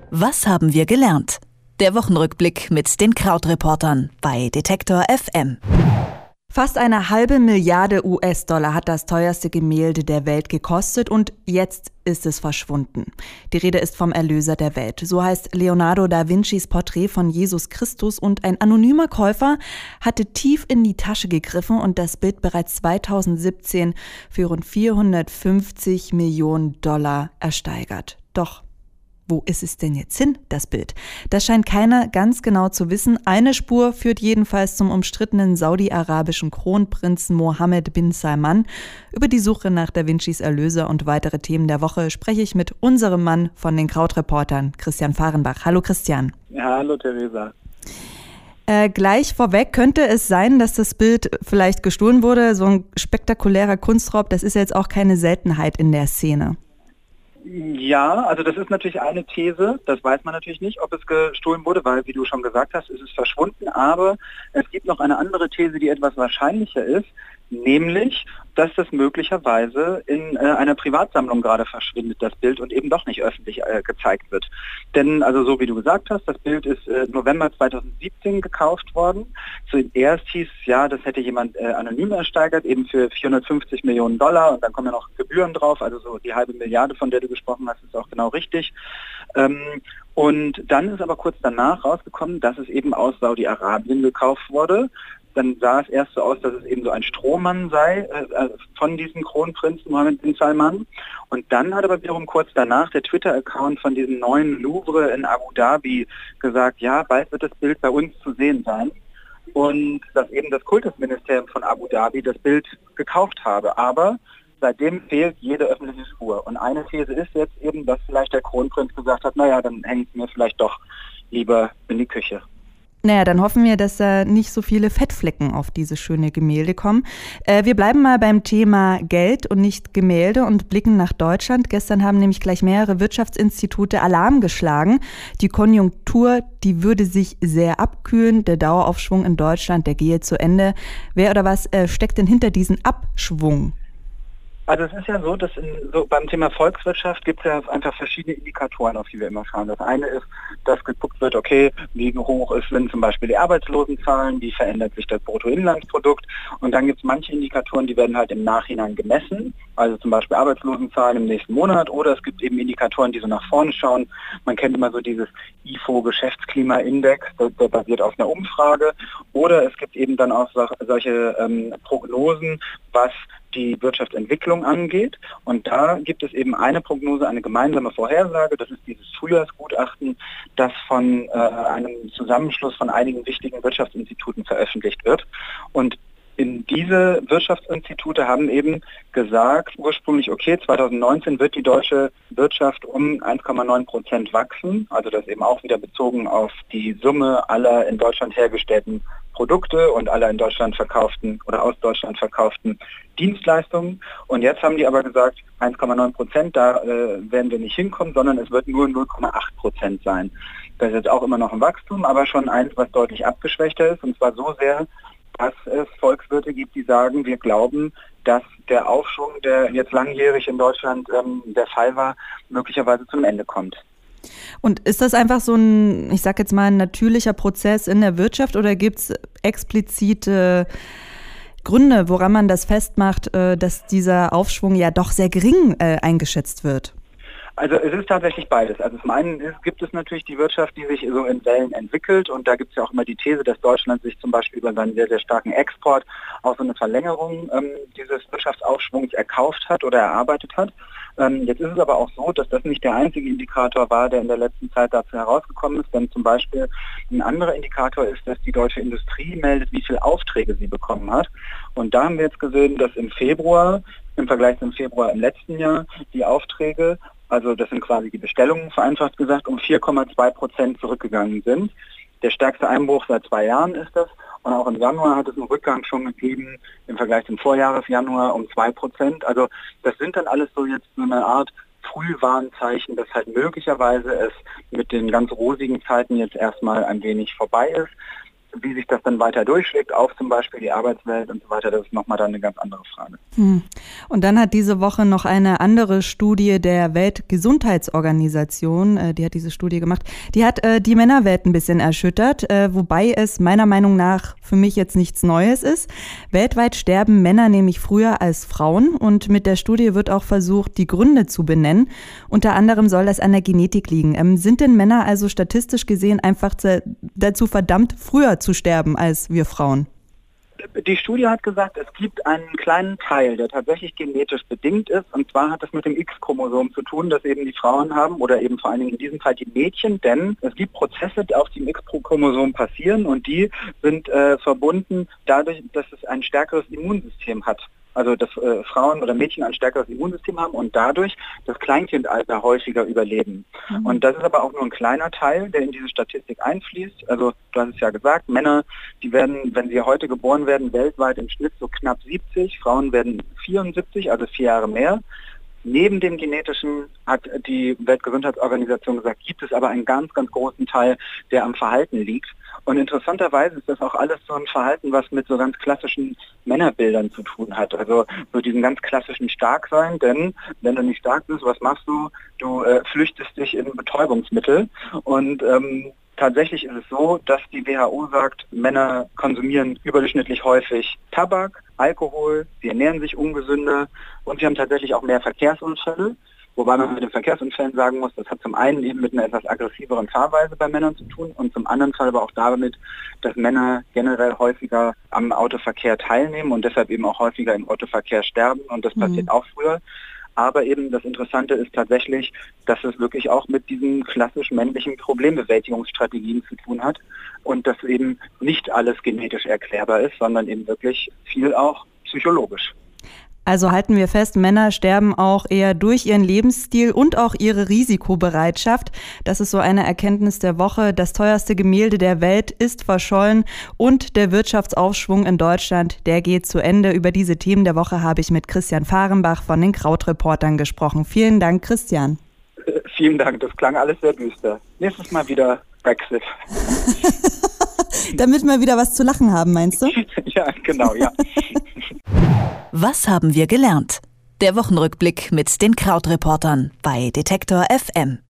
Was haben wir gelernt? Der Wochenrückblick mit den Krautreportern bei Detektor FM. Fast 1/2 Milliarde US-Dollar hat das teuerste Gemälde der Welt gekostet und jetzt ist es verschwunden. Die Rede ist vom Erlöser der Welt. So heißt Leonardo da Vincis Porträt von Jesus Christus und ein anonymer Käufer hatte tief in die Tasche gegriffen und das Bild bereits 2017 für rund 450 Millionen Dollar ersteigert. Doch wo ist es denn jetzt hin, das Bild? Das scheint keiner ganz genau zu wissen. Eine Spur führt jedenfalls zum umstrittenen saudi-arabischen Kronprinzen Mohammed bin Salman. Über die Suche nach Da Vincis Erlöser und weitere Themen der Woche spreche ich mit unserem Mann von den Krautreportern, Christian Fahrenbach. Hallo Christian. Ja, hallo Theresa. Gleich vorweg, könnte es sein, dass das Bild vielleicht gestohlen wurde? So ein spektakulärer Kunstraub, das ist jetzt auch keine Seltenheit in der Szene. Ja, also das ist natürlich eine These, das weiß man natürlich nicht, ob es gestohlen wurde, weil, wie du schon gesagt hast, ist es verschwunden, aber es gibt noch eine andere These, die etwas wahrscheinlicher ist, nämlich, dass das möglicherweise in einer Privatsammlung gerade verschwindet, das Bild, und eben doch nicht öffentlich gezeigt wird. Denn, also so wie du gesagt hast, das Bild ist November 2017 gekauft worden. Zuerst hieß es, ja, das hätte jemand anonym ersteigert, eben für 450 Millionen Dollar, und dann kommen ja noch Gebühren drauf, also so die 1/2 Milliarde, von der du gesprochen hast, ist auch genau richtig. Und dann ist aber kurz danach rausgekommen, dass es eben aus Saudi-Arabien gekauft wurde. Dann sah es erst so aus, dass es eben so ein Strohmann sei von diesem Kronprinzen Mohammed bin Salman. Und dann hat aber wiederum kurz danach der Twitter-Account von diesem neuen Louvre in Abu Dhabi gesagt, ja, bald wird das Bild bei uns zu sehen sein. Und dass eben das Kultusministerium von Abu Dhabi das Bild gekauft habe. Aber seitdem fehlt jede öffentliche Spur. Und eine These ist jetzt eben, dass vielleicht der Kronprinz gesagt hat, naja, dann hängt es mir vielleicht doch lieber in die Küche. Naja, dann hoffen wir, dass da nicht so viele Fettflecken auf dieses schöne Gemälde kommen. Wir bleiben mal beim Thema Geld und nicht Gemälde und blicken nach Deutschland. Gestern haben nämlich gleich mehrere Wirtschaftsinstitute Alarm geschlagen. Die Konjunktur, die würde sich sehr abkühlen. Der Daueraufschwung in Deutschland, der gehe zu Ende. Wer oder was steckt denn hinter diesem Abschwung? Also es ist ja so, dass beim Thema Volkswirtschaft gibt es ja einfach verschiedene Indikatoren, auf die wir immer schauen. Das eine ist, dass geguckt wird, okay, wie hoch sind zum Beispiel die Arbeitslosenzahlen, wie verändert sich das Bruttoinlandsprodukt, und dann gibt es manche Indikatoren, die werden halt im Nachhinein gemessen, also zum Beispiel Arbeitslosenzahlen im nächsten Monat, oder es gibt eben Indikatoren, die so nach vorne schauen. Man kennt immer so dieses IFO-Geschäftsklimaindex, der basiert auf einer Umfrage, oder es gibt eben dann auch solche Prognosen, was die Wirtschaftsentwicklung angeht. Und da gibt es eben eine Prognose, eine gemeinsame Vorhersage, das ist dieses Frühjahrsgutachten, das von einem Zusammenschluss von einigen wichtigen Wirtschaftsinstituten veröffentlicht wird. Und diese Wirtschaftsinstitute haben eben gesagt, ursprünglich, okay, 2019 wird die deutsche Wirtschaft um 1,9% wachsen, also das eben auch wieder bezogen auf die Summe aller in Deutschland hergestellten Produkte und aller in Deutschland verkauften oder aus Deutschland verkauften Dienstleistungen. Und jetzt haben die aber gesagt, 1,9%, da werden wir nicht hinkommen, sondern es wird nur 0,8% sein. Das ist jetzt auch immer noch ein Wachstum, aber schon eins, was deutlich abgeschwächter ist, und zwar so sehr, dass es Volkswirte gibt, die sagen, wir glauben, dass der Aufschwung, der jetzt langjährig in Deutschland der Fall war, möglicherweise zum Ende kommt. Und ist das einfach so ein, ich sag jetzt mal, ein natürlicher Prozess in der Wirtschaft, oder gibt es explizite Gründe, woran man das festmacht, dass dieser Aufschwung ja doch sehr gering eingeschätzt wird? Also es ist tatsächlich beides. Also zum einen gibt es natürlich die Wirtschaft, die sich so in Wellen entwickelt, und da gibt es ja auch immer die These, dass Deutschland sich zum Beispiel über seinen sehr, sehr starken Export auch so eine Verlängerung dieses Wirtschaftsaufschwungs erkauft hat oder erarbeitet hat. Jetzt ist es aber auch so, dass das nicht der einzige Indikator war, der in der letzten Zeit dazu herausgekommen ist, denn zum Beispiel ein anderer Indikator ist, dass die deutsche Industrie meldet, wie viele Aufträge sie bekommen hat. Und da haben wir jetzt gesehen, dass im Februar, im Vergleich zum Februar im letzten Jahr, die Aufträge, also das sind quasi die Bestellungen, vereinfacht gesagt, um 4,2% zurückgegangen sind. Der stärkste Einbruch seit 2 Jahren ist das. Und auch im Januar hat es einen Rückgang schon gegeben im Vergleich zum Vorjahresjanuar um 2%. Also das sind dann alles so jetzt so eine Art Frühwarnzeichen, dass halt möglicherweise es mit den ganz rosigen Zeiten jetzt erstmal ein wenig vorbei ist. wie sich das dann weiter durchschlägt auf zum Beispiel die Arbeitswelt und so weiter, das ist nochmal dann eine ganz andere Frage. Und dann hat diese Woche noch eine andere Studie der Weltgesundheitsorganisation, die hat diese Studie gemacht, die hat die Männerwelt ein bisschen erschüttert, wobei es meiner Meinung nach für mich jetzt nichts Neues ist. Weltweit sterben Männer nämlich früher als Frauen und mit der Studie wird auch versucht, die Gründe zu benennen. Unter anderem soll das an der Genetik liegen. Sind denn Männer also statistisch gesehen einfach dazu verdammt, früher zu sterben als wir Frauen? Die Studie hat gesagt, es gibt einen kleinen Teil, der tatsächlich genetisch bedingt ist. Und zwar hat es mit dem X-Chromosom zu tun, das eben die Frauen haben oder eben vor allen Dingen in diesem Fall die Mädchen. Denn es gibt Prozesse, die auf dem X-Chromosom passieren und die sind verbunden dadurch, dass es ein stärkeres Immunsystem hat. Also dass Frauen oder Mädchen ein stärkeres Immunsystem haben und dadurch das Kleinkindalter häufiger überleben. Und das ist aber auch nur ein kleiner Teil, der in diese Statistik einfließt. Also du hast es ja gesagt, Männer, die werden, wenn sie heute geboren werden, weltweit im Schnitt so knapp 70, Frauen werden 74, also 4 Jahre mehr. Neben dem Genetischen hat die Weltgesundheitsorganisation gesagt, gibt es aber einen ganz, ganz großen Teil, der am Verhalten liegt. Und interessanterweise ist das auch alles so ein Verhalten, was mit so ganz klassischen Männerbildern zu tun hat. Also so diesen ganz klassischen Starksein, denn wenn du nicht stark bist, was machst du? Du flüchtest dich in Betäubungsmittel und tatsächlich ist es so, dass die WHO sagt, Männer konsumieren überdurchschnittlich häufig Tabak, Alkohol, sie ernähren sich ungesünder und sie haben tatsächlich auch mehr Verkehrsunfälle. Wobei man mit den Verkehrsunfällen sagen muss, das hat zum einen eben mit einer etwas aggressiveren Fahrweise bei Männern zu tun und zum anderen Fall aber auch damit, dass Männer generell häufiger am Autoverkehr teilnehmen und deshalb eben auch häufiger im Autoverkehr sterben und das passiert auch früher. Aber eben das Interessante ist tatsächlich, dass es wirklich auch mit diesen klassisch männlichen Problembewältigungsstrategien zu tun hat und dass eben nicht alles genetisch erklärbar ist, sondern eben wirklich viel auch psychologisch. Also halten wir fest, Männer sterben auch eher durch ihren Lebensstil und auch ihre Risikobereitschaft. Das ist so eine Erkenntnis der Woche. Das teuerste Gemälde der Welt ist verschollen und der Wirtschaftsaufschwung in Deutschland, der geht zu Ende. Über diese Themen der Woche habe ich mit Christian Fahrenbach von den Krautreportern gesprochen. Vielen Dank, Christian. Vielen Dank, das klang alles sehr düster. Nächstes Mal wieder Brexit. Damit wir wieder was zu lachen haben, meinst du? Ja, genau, ja. Was haben wir gelernt? Der Wochenrückblick mit den Krautreportern bei Detektor FM.